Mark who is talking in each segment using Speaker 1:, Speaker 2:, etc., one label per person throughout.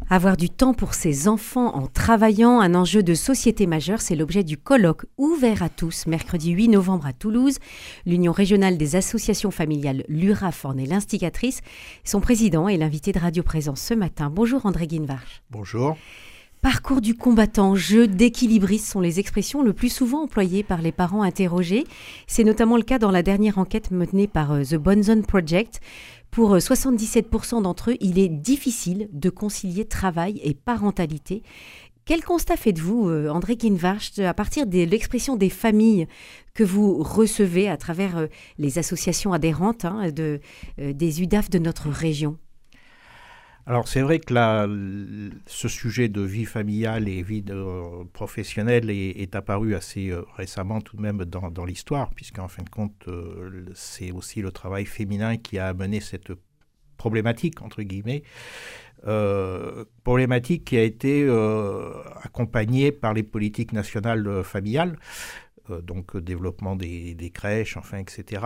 Speaker 1: Avoir du temps pour ses enfants en travaillant, un enjeu de société majeur, c'est l'objet du colloque ouvert à tous, mercredi 8 novembre à Toulouse. L'Union régionale des associations familiales, l'URAF, en est l'instigatrice. Son président est l'invité de Radio Présence ce matin. Bonjour André Guinvarch.
Speaker 2: Bonjour.
Speaker 1: Parcours du combattant, jeu d'équilibriste sont les expressions le plus souvent employées par les parents interrogés. C'est notamment le cas dans la dernière enquête menée par The Bonzone Project. Pour 77% d'entre eux, il est difficile de concilier travail et parentalité. Quel constat faites-vous, André Guinvarch, à partir de l'expression des familles que vous recevez à travers les associations adhérentes des UDAF de notre région ?
Speaker 2: Alors c'est vrai que ce sujet de vie familiale et vie professionnelle est apparu assez récemment tout de même dans l'histoire, puisqu'en fin de compte, c'est aussi le travail féminin qui a amené cette problématique, entre guillemets, problématique qui a été accompagnée par les politiques nationales familiales, donc développement des crèches, enfin, etc.,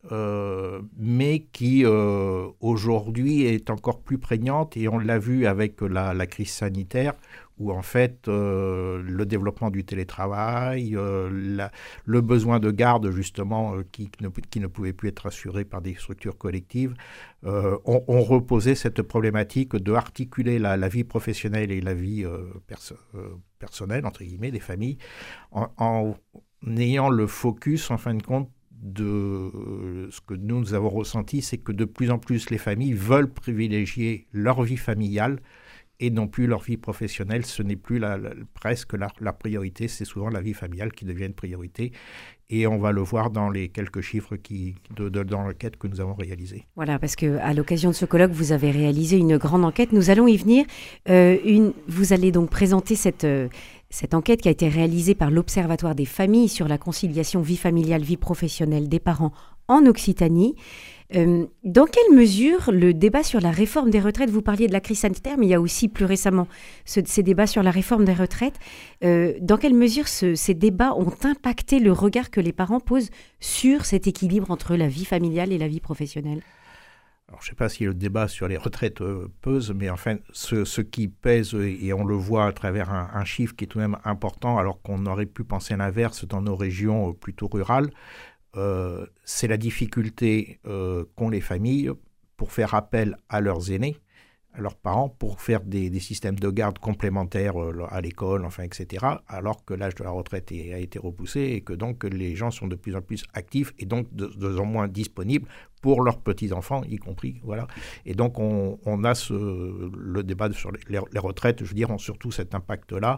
Speaker 2: mais qui aujourd'hui est encore plus prégnante, et on l'a vu avec la crise sanitaire, où en fait le développement du télétravail, le besoin de garde justement qui ne pouvait plus être assuré par des structures collectives, ont reposé cette problématique de articuler la vie professionnelle et la vie personnelle, entre guillemets, des familles, en ayant le focus, en fin de compte, de ce que nous avons ressenti, c'est que de plus en plus les familles veulent privilégier leur vie familiale et non plus leur vie professionnelle. Ce n'est plus presque la priorité, c'est souvent la vie familiale qui devient une priorité. Et on va le voir dans les quelques chiffres dans l'enquête que nous avons réalisée.
Speaker 1: Voilà, parce qu'à l'occasion de ce colloque, vous avez réalisé une grande enquête. Nous allons y venir. Vous allez donc présenter cette enquête qui a été réalisée par l'Observatoire des familles sur la conciliation vie familiale, vie professionnelle des parents en Occitanie. Dans quelle mesure le débat sur la réforme des retraites, vous parliez de la crise sanitaire, mais il y a aussi plus récemment ces débats sur la réforme des retraites, dans quelle mesure ces débats ont impacté le regard que les parents posent sur cet équilibre entre la vie familiale et la vie professionnelle ?
Speaker 2: Alors, je ne sais pas si le débat sur les retraites pèse, mais enfin, ce qui pèse, et on le voit à travers un chiffre qui est tout de même important, alors qu'on aurait pu penser l'inverse dans nos régions plutôt rurales, c'est la difficulté qu'ont les familles pour faire appel à leurs aînés, à leurs parents, pour faire des systèmes de garde complémentaires à l'école, enfin, etc., alors que l'âge de la retraite a été repoussé et que donc les gens sont de plus en plus actifs et donc de plus en moins disponibles pour leurs petits-enfants, y compris. Voilà. Et donc, on a le débat sur les retraites, je veux dire, ont surtout cet impact-là.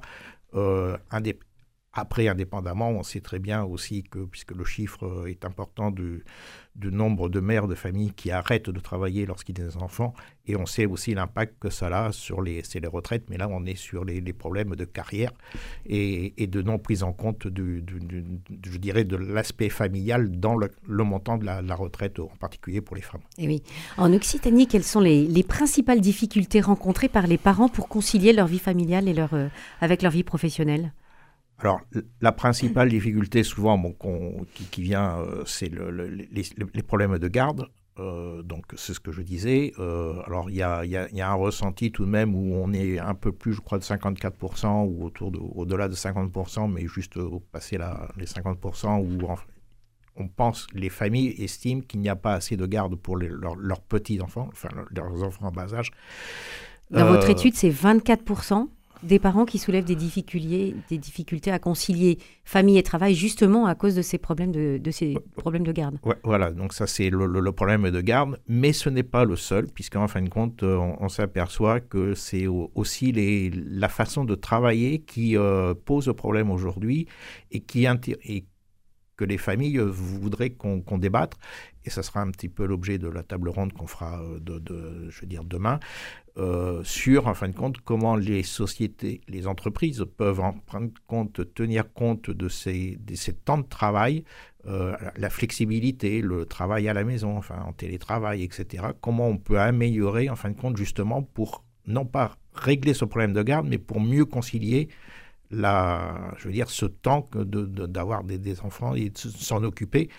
Speaker 2: Après, indépendamment, on sait très bien aussi que, puisque le chiffre est important du nombre de mères de famille qui arrêtent de travailler lorsqu'ils ont des enfants, et on sait aussi l'impact que ça a sur les retraites, mais là on est sur les problèmes de carrière et de non prise en compte je dirais de l'aspect familial dans le montant de la retraite, en particulier pour les femmes.
Speaker 1: Et oui. En Occitanie, quelles sont les principales difficultés rencontrées par les parents pour concilier leur vie familiale et avec leur vie professionnelle ?
Speaker 2: Alors, la principale difficulté, souvent, qui vient, c'est les problèmes de garde. Donc, c'est ce que je disais. Alors, il y a un ressenti tout de même où on est un peu plus, je crois, de 54% ou au-delà de 50%, mais juste passer les 50%, où on pense, les familles estiment qu'il n'y a pas assez de garde pour leurs petits-enfants, enfin, leurs enfants en bas âge.
Speaker 1: Dans votre étude, c'est 24% des parents qui soulèvent des difficultés à concilier famille et travail, justement à cause de ces problèmes de garde.
Speaker 2: Ouais, voilà, donc ça c'est le problème de garde, mais ce n'est pas le seul, puisqu'en fin de compte, on s'aperçoit que c'est aussi la façon de travailler qui pose problème aujourd'hui et que les familles voudraient qu'on débatte, et ça sera un petit peu l'objet de la table ronde qu'on fera je veux dire demain, sur, en fin de compte, comment les sociétés, les entreprises peuvent en prendre compte, tenir compte de ces temps de travail, la flexibilité, le travail à la maison, enfin en télétravail, etc. Comment on peut améliorer, en fin de compte, justement, pour non pas régler ce problème de garde, mais pour mieux concilier je veux dire, ce temps d'avoir des enfants et de s'en occuper,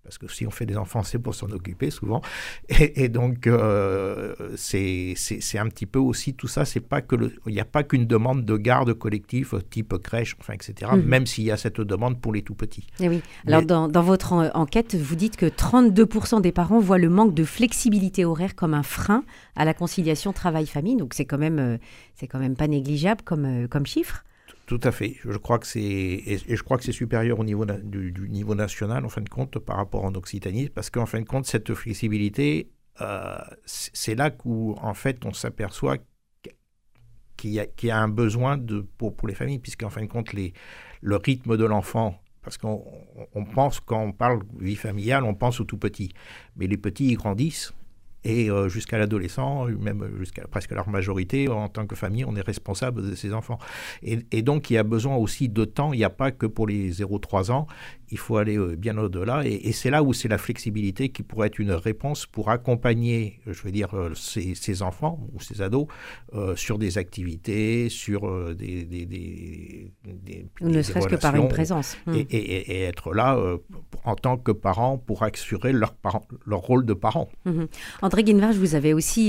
Speaker 2: parce que si on fait des enfants, c'est pour s'en occuper souvent. Et donc, c'est un petit peu aussi tout ça. Il n'y a pas qu'une demande de garde collective, type crèche, enfin, etc., même s'il y a cette demande pour les tout-petits.
Speaker 1: Et oui. Alors, dans votre enquête, vous dites que 32% des parents voient le manque de flexibilité horaire comme un frein à la conciliation travail-famille. Donc, c'est quand même pas négligeable comme chiffre.
Speaker 2: Tout à fait. Je crois que c'est supérieur au niveau du niveau national, en fin de compte, par rapport en Occitanie, parce qu'en fin de compte, cette flexibilité, c'est là où, en fait, on s'aperçoit qu'il y a un besoin pour les familles, puisqu'en fin de compte, le rythme de l'enfant, parce qu'on pense, quand on parle vie familiale, on pense aux tout petits, mais les petits, ils grandissent. Et jusqu'à l'adolescent, même jusqu'à presque leur majorité, en tant que famille, on est responsable de ses enfants. Et donc, il y a besoin aussi de temps. Il n'y a pas que pour les 0-3 ans. Il faut aller bien au-delà. Et c'est là où c'est la flexibilité qui pourrait être une réponse pour accompagner, je veux dire, ces enfants ou ces ados sur des activités, sur
Speaker 1: ne serait-ce que par une présence.
Speaker 2: Et être là en tant que parent pour assurer leur rôle de parent.
Speaker 1: André Guinvarch, vous avez aussi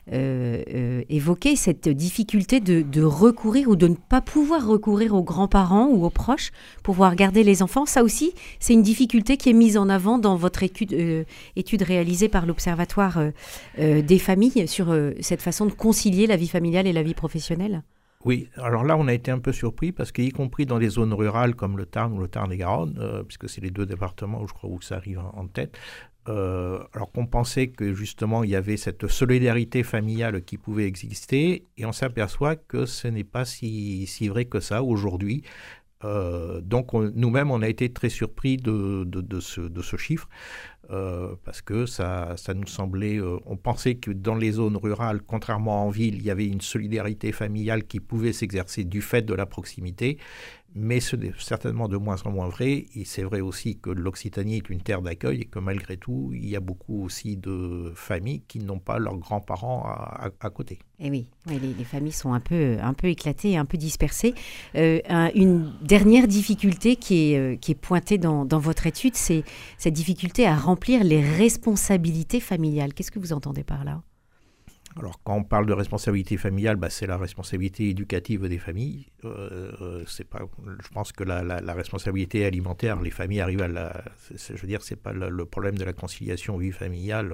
Speaker 1: évoqué cette difficulté de recourir ou de ne pas pouvoir recourir aux grands-parents ou aux proches pour pouvoir garder les enfants. Ça aussi, c'est une difficulté qui est mise en avant dans votre étude réalisée par l'Observatoire des familles sur cette façon de concilier la vie familiale et la vie professionnelle.
Speaker 2: Oui, alors là, on a été un peu surpris parce qu'y compris dans les zones rurales comme le Tarn ou le Tarn-et-Garonne, puisque c'est les deux départements où je crois où ça arrive en tête, alors qu'on pensait que justement il y avait cette solidarité familiale qui pouvait exister, et on s'aperçoit que ce n'est pas si vrai que ça aujourd'hui. Donc nous-mêmes, on a été très surpris de ce chiffre, parce que ça nous semblait... on pensait que dans les zones rurales, contrairement en ville, il y avait une solidarité familiale qui pouvait s'exercer du fait de la proximité, mais ce n'est certainement de moins en moins vrai. Et c'est vrai aussi que l'Occitanie est une terre d'accueil et que malgré tout, il y a beaucoup aussi de familles qui n'ont pas leurs grands-parents à côté.
Speaker 1: Et oui, les familles sont un peu éclatées, un peu dispersées. Une dernière difficulté qui est pointée dans votre étude, c'est cette difficulté à remplir les responsabilités familiales. Qu'est-ce que vous entendez par là ?
Speaker 2: Alors, quand on parle de responsabilité familiale, c'est la responsabilité éducative des familles. Je pense que la responsabilité alimentaire, les familles arrivent je veux dire, c'est pas le problème de la conciliation vie familiale.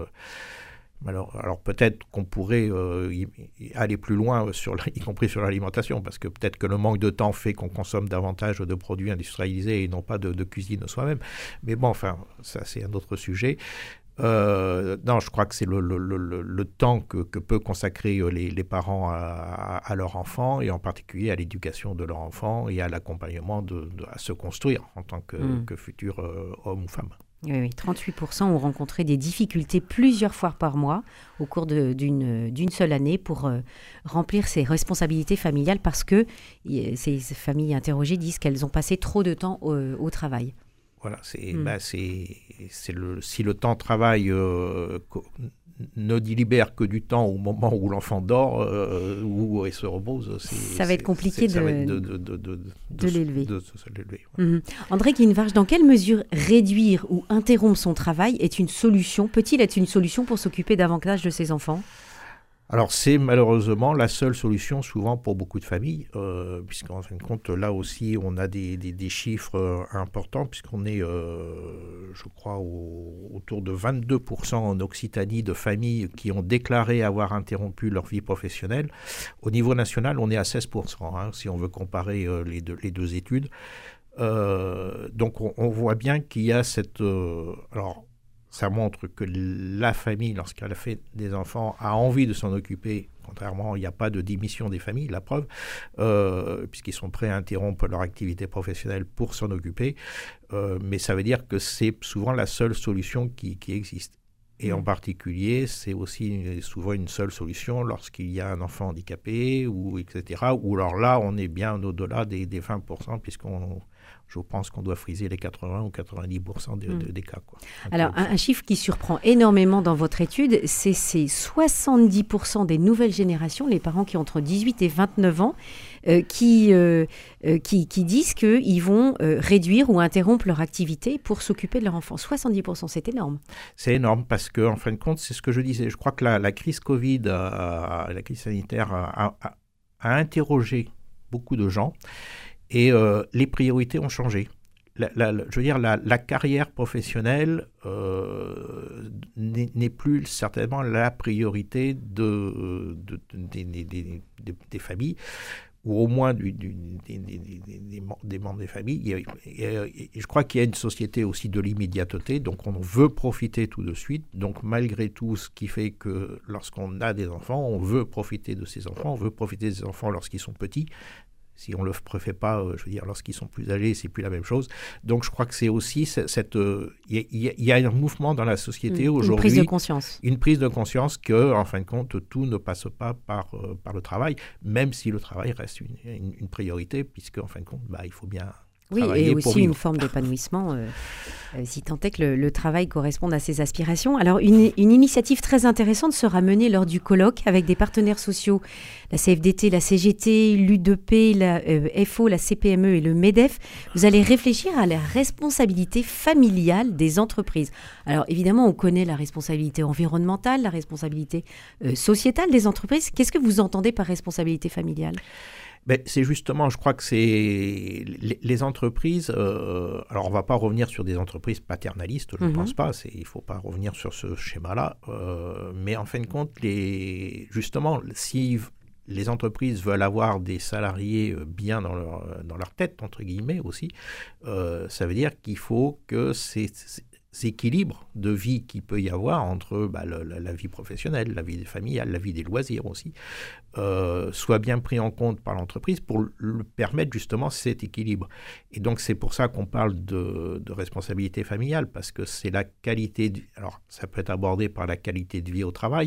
Speaker 2: Alors peut-être qu'on pourrait aller plus loin, y compris sur l'alimentation, parce que peut-être que le manque de temps fait qu'on consomme davantage de produits industrialisés et non pas de cuisine soi-même. Mais bon, enfin, ça c'est un autre sujet. Non, je crois que c'est le temps que peuvent consacrer les parents à leur enfant, et en particulier à l'éducation de leur enfant et à l'accompagnement à se construire en tant que futur homme ou femme.
Speaker 1: Oui, 38% ont rencontré des difficultés plusieurs fois par mois au cours d'une seule année pour remplir ces responsabilités familiales, parce que ces familles interrogées disent qu'elles ont passé trop de temps au travail.
Speaker 2: Voilà, si le temps de travail ne libère que du temps au moment où l'enfant dort ou il se repose,
Speaker 1: ça va être compliqué de l'élever.
Speaker 2: Ouais.
Speaker 1: André Guinvarch, dans quelle mesure réduire ou interrompre son travail est une solution ? Peut-il être une solution pour s'occuper davantage de ses enfants ?
Speaker 2: Alors c'est malheureusement la seule solution souvent pour beaucoup de familles, puisqu'en fin de compte là aussi on a des chiffres importants, puisqu'on est je crois autour de 22% en Occitanie de familles qui ont déclaré avoir interrompu leur vie professionnelle. Au niveau national on est à 16%, si on veut comparer les deux études. Donc on voit bien qu'il y a cette... alors ça montre que la famille, lorsqu'elle a fait des enfants, a envie de s'en occuper. Contrairement, il n'y a pas de démission des familles, la preuve, puisqu'ils sont prêts à interrompre leur activité professionnelle pour s'en occuper. Mais ça veut dire que c'est souvent la seule solution qui existe. Et en particulier, c'est aussi souvent une seule solution lorsqu'il y a un enfant handicapé, ou etc. Ou alors là, on est bien au-delà des 20%, puisqu'on je pense qu'on doit friser les 80 ou 90% des cas, quoi.
Speaker 1: Alors, un chiffre qui surprend énormément dans votre étude, c'est ces 70% des nouvelles générations, les parents qui ont entre 18 et 29 ans, qui disent qu'ils vont réduire ou interrompre leur activité pour s'occuper de leur enfant. 70%, c'est énorme.
Speaker 2: C'est énorme parce qu'en fin de compte, c'est ce que je disais. Je crois que la crise Covid, la crise sanitaire a interrogé beaucoup de gens et les priorités ont changé. Je veux dire, la carrière professionnelle n'est plus certainement la priorité des familles, ou au moins des membres des familles. Et je crois qu'il y a une société aussi de l'immédiateté, donc on veut profiter tout de suite. Donc malgré tout, ce qui fait que lorsqu'on a des enfants, on veut profiter de ces enfants, on veut profiter des enfants lorsqu'ils sont petits. Si on ne le préfet pas, je veux dire, lorsqu'ils sont plus âgés, c'est plus la même chose. Donc, je crois que c'est aussi il y a un mouvement dans la société aujourd'hui.
Speaker 1: Une prise de conscience.
Speaker 2: Une prise de conscience que, en fin de compte, tout ne passe pas par le travail, même si le travail reste une priorité, puisque, en fin de compte, il faut bien...
Speaker 1: Oui, et aussi une forme d'épanouissement, si tant est que le travail corresponde à ses aspirations. Alors, une initiative très intéressante sera menée lors du colloque avec des partenaires sociaux, la CFDT, la CGT, l'U2P, la FO, la CPME et le MEDEF. Vous allez réfléchir à la responsabilité familiale des entreprises. Alors, évidemment, on connaît la responsabilité environnementale, la responsabilité sociétale des entreprises. Qu'est-ce que vous entendez par responsabilité familiale ?
Speaker 2: C'est justement, je crois que c'est les entreprises, alors on ne va pas revenir sur des entreprises paternalistes, je ne pense pas, il ne faut pas revenir sur ce schéma-là, mais en fin de compte, justement, si les entreprises veulent avoir des salariés bien dans leur tête, entre guillemets aussi, ça veut dire qu'il faut que ces équilibres de vie qu'il peut y avoir entre la vie professionnelle, la vie familiale, la vie des loisirs aussi, soit bien pris en compte par l'entreprise pour permettre justement cet équilibre. Et donc c'est pour ça qu'on parle de responsabilité familiale, parce que c'est la qualité, alors ça peut être abordé par la qualité de vie au travail,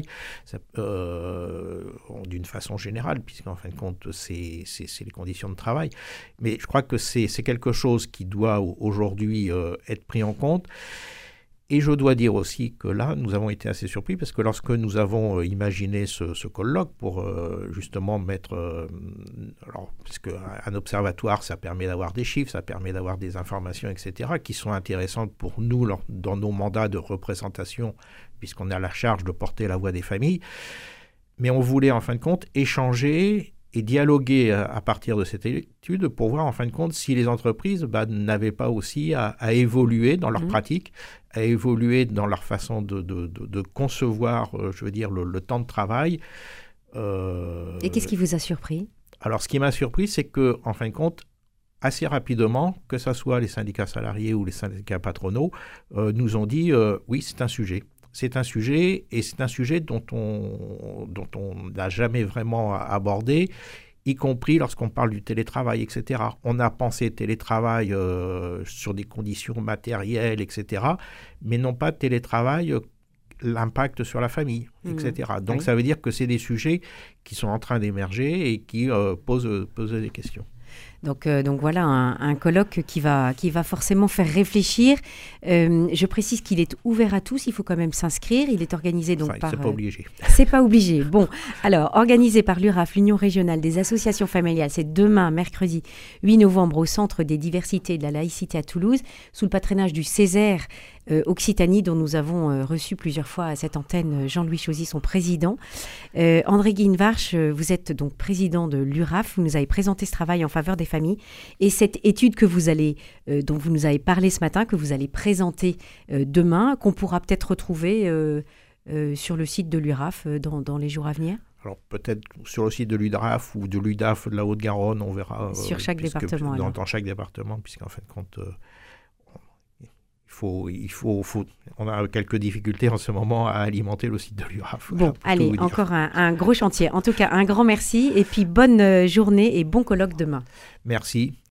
Speaker 2: d'une façon générale, puisqu'en fin de compte c'est les conditions de travail, mais je crois que c'est quelque chose qui doit aujourd'hui être pris en compte. Et je dois dire aussi que là, nous avons été assez surpris parce que lorsque nous avons imaginé ce colloque pour justement mettre... parce qu'un observatoire, ça permet d'avoir des chiffres, ça permet d'avoir des informations, etc., qui sont intéressantes pour nous dans nos mandats de représentation, puisqu'on a la charge de porter la voix des familles. Mais on voulait, en fin de compte, échanger et dialoguer à partir de cette étude pour voir, en fin de compte, si les entreprises n'avaient pas aussi à évoluer dans leur pratique, à évoluer dans leur façon de concevoir, je veux dire, le temps de travail.
Speaker 1: Et qu'est-ce qui vous a surpris ?
Speaker 2: Alors, ce qui m'a surpris, c'est que, en fin de compte, assez rapidement, que ce soit les syndicats salariés ou les syndicats patronaux, nous ont dit oui, c'est un sujet. C'est un sujet, et c'est un sujet dont on n'a jamais vraiment abordé, y compris lorsqu'on parle du télétravail, etc. On a pensé télétravail sur des conditions matérielles, etc., mais non pas télétravail, l'impact sur la famille, etc. Donc ça veut dire que c'est des sujets qui sont en train d'émerger et qui posent des questions.
Speaker 1: Donc voilà un colloque qui va forcément faire réfléchir. Je précise qu'il est ouvert à tous, il faut quand même s'inscrire. Il est organisé donc par...
Speaker 2: C'est pas obligé.
Speaker 1: C'est pas obligé. Bon, alors, organisé par l'URAF, l'Union régionale des associations familiales, c'est demain, mercredi 8 novembre, au Centre des diversités et de la laïcité à Toulouse, sous le patronage du Césaire Occitanie, dont nous avons reçu plusieurs fois à cette antenne Jean-Louis Chauzy, son président. André Guinvarch, vous êtes donc président de l'URAF, vous nous avez présenté ce travail en faveur des familles et cette étude que dont vous nous avez parlé ce matin, que vous allez présenter demain, qu'on pourra peut-être retrouver sur le site de l'URAF dans les jours à venir.
Speaker 2: Alors peut-être sur le site de l'URAF ou de l'UDAF de la Haute-Garonne, on verra.
Speaker 1: Sur chaque département.
Speaker 2: Dans chaque département, puisqu'en fin de compte... on a quelques difficultés en ce moment à alimenter le site de l'URAF.
Speaker 1: Bon, allez, encore un gros chantier. En tout cas, un grand merci et puis bonne journée et bon colloque demain.
Speaker 2: Merci.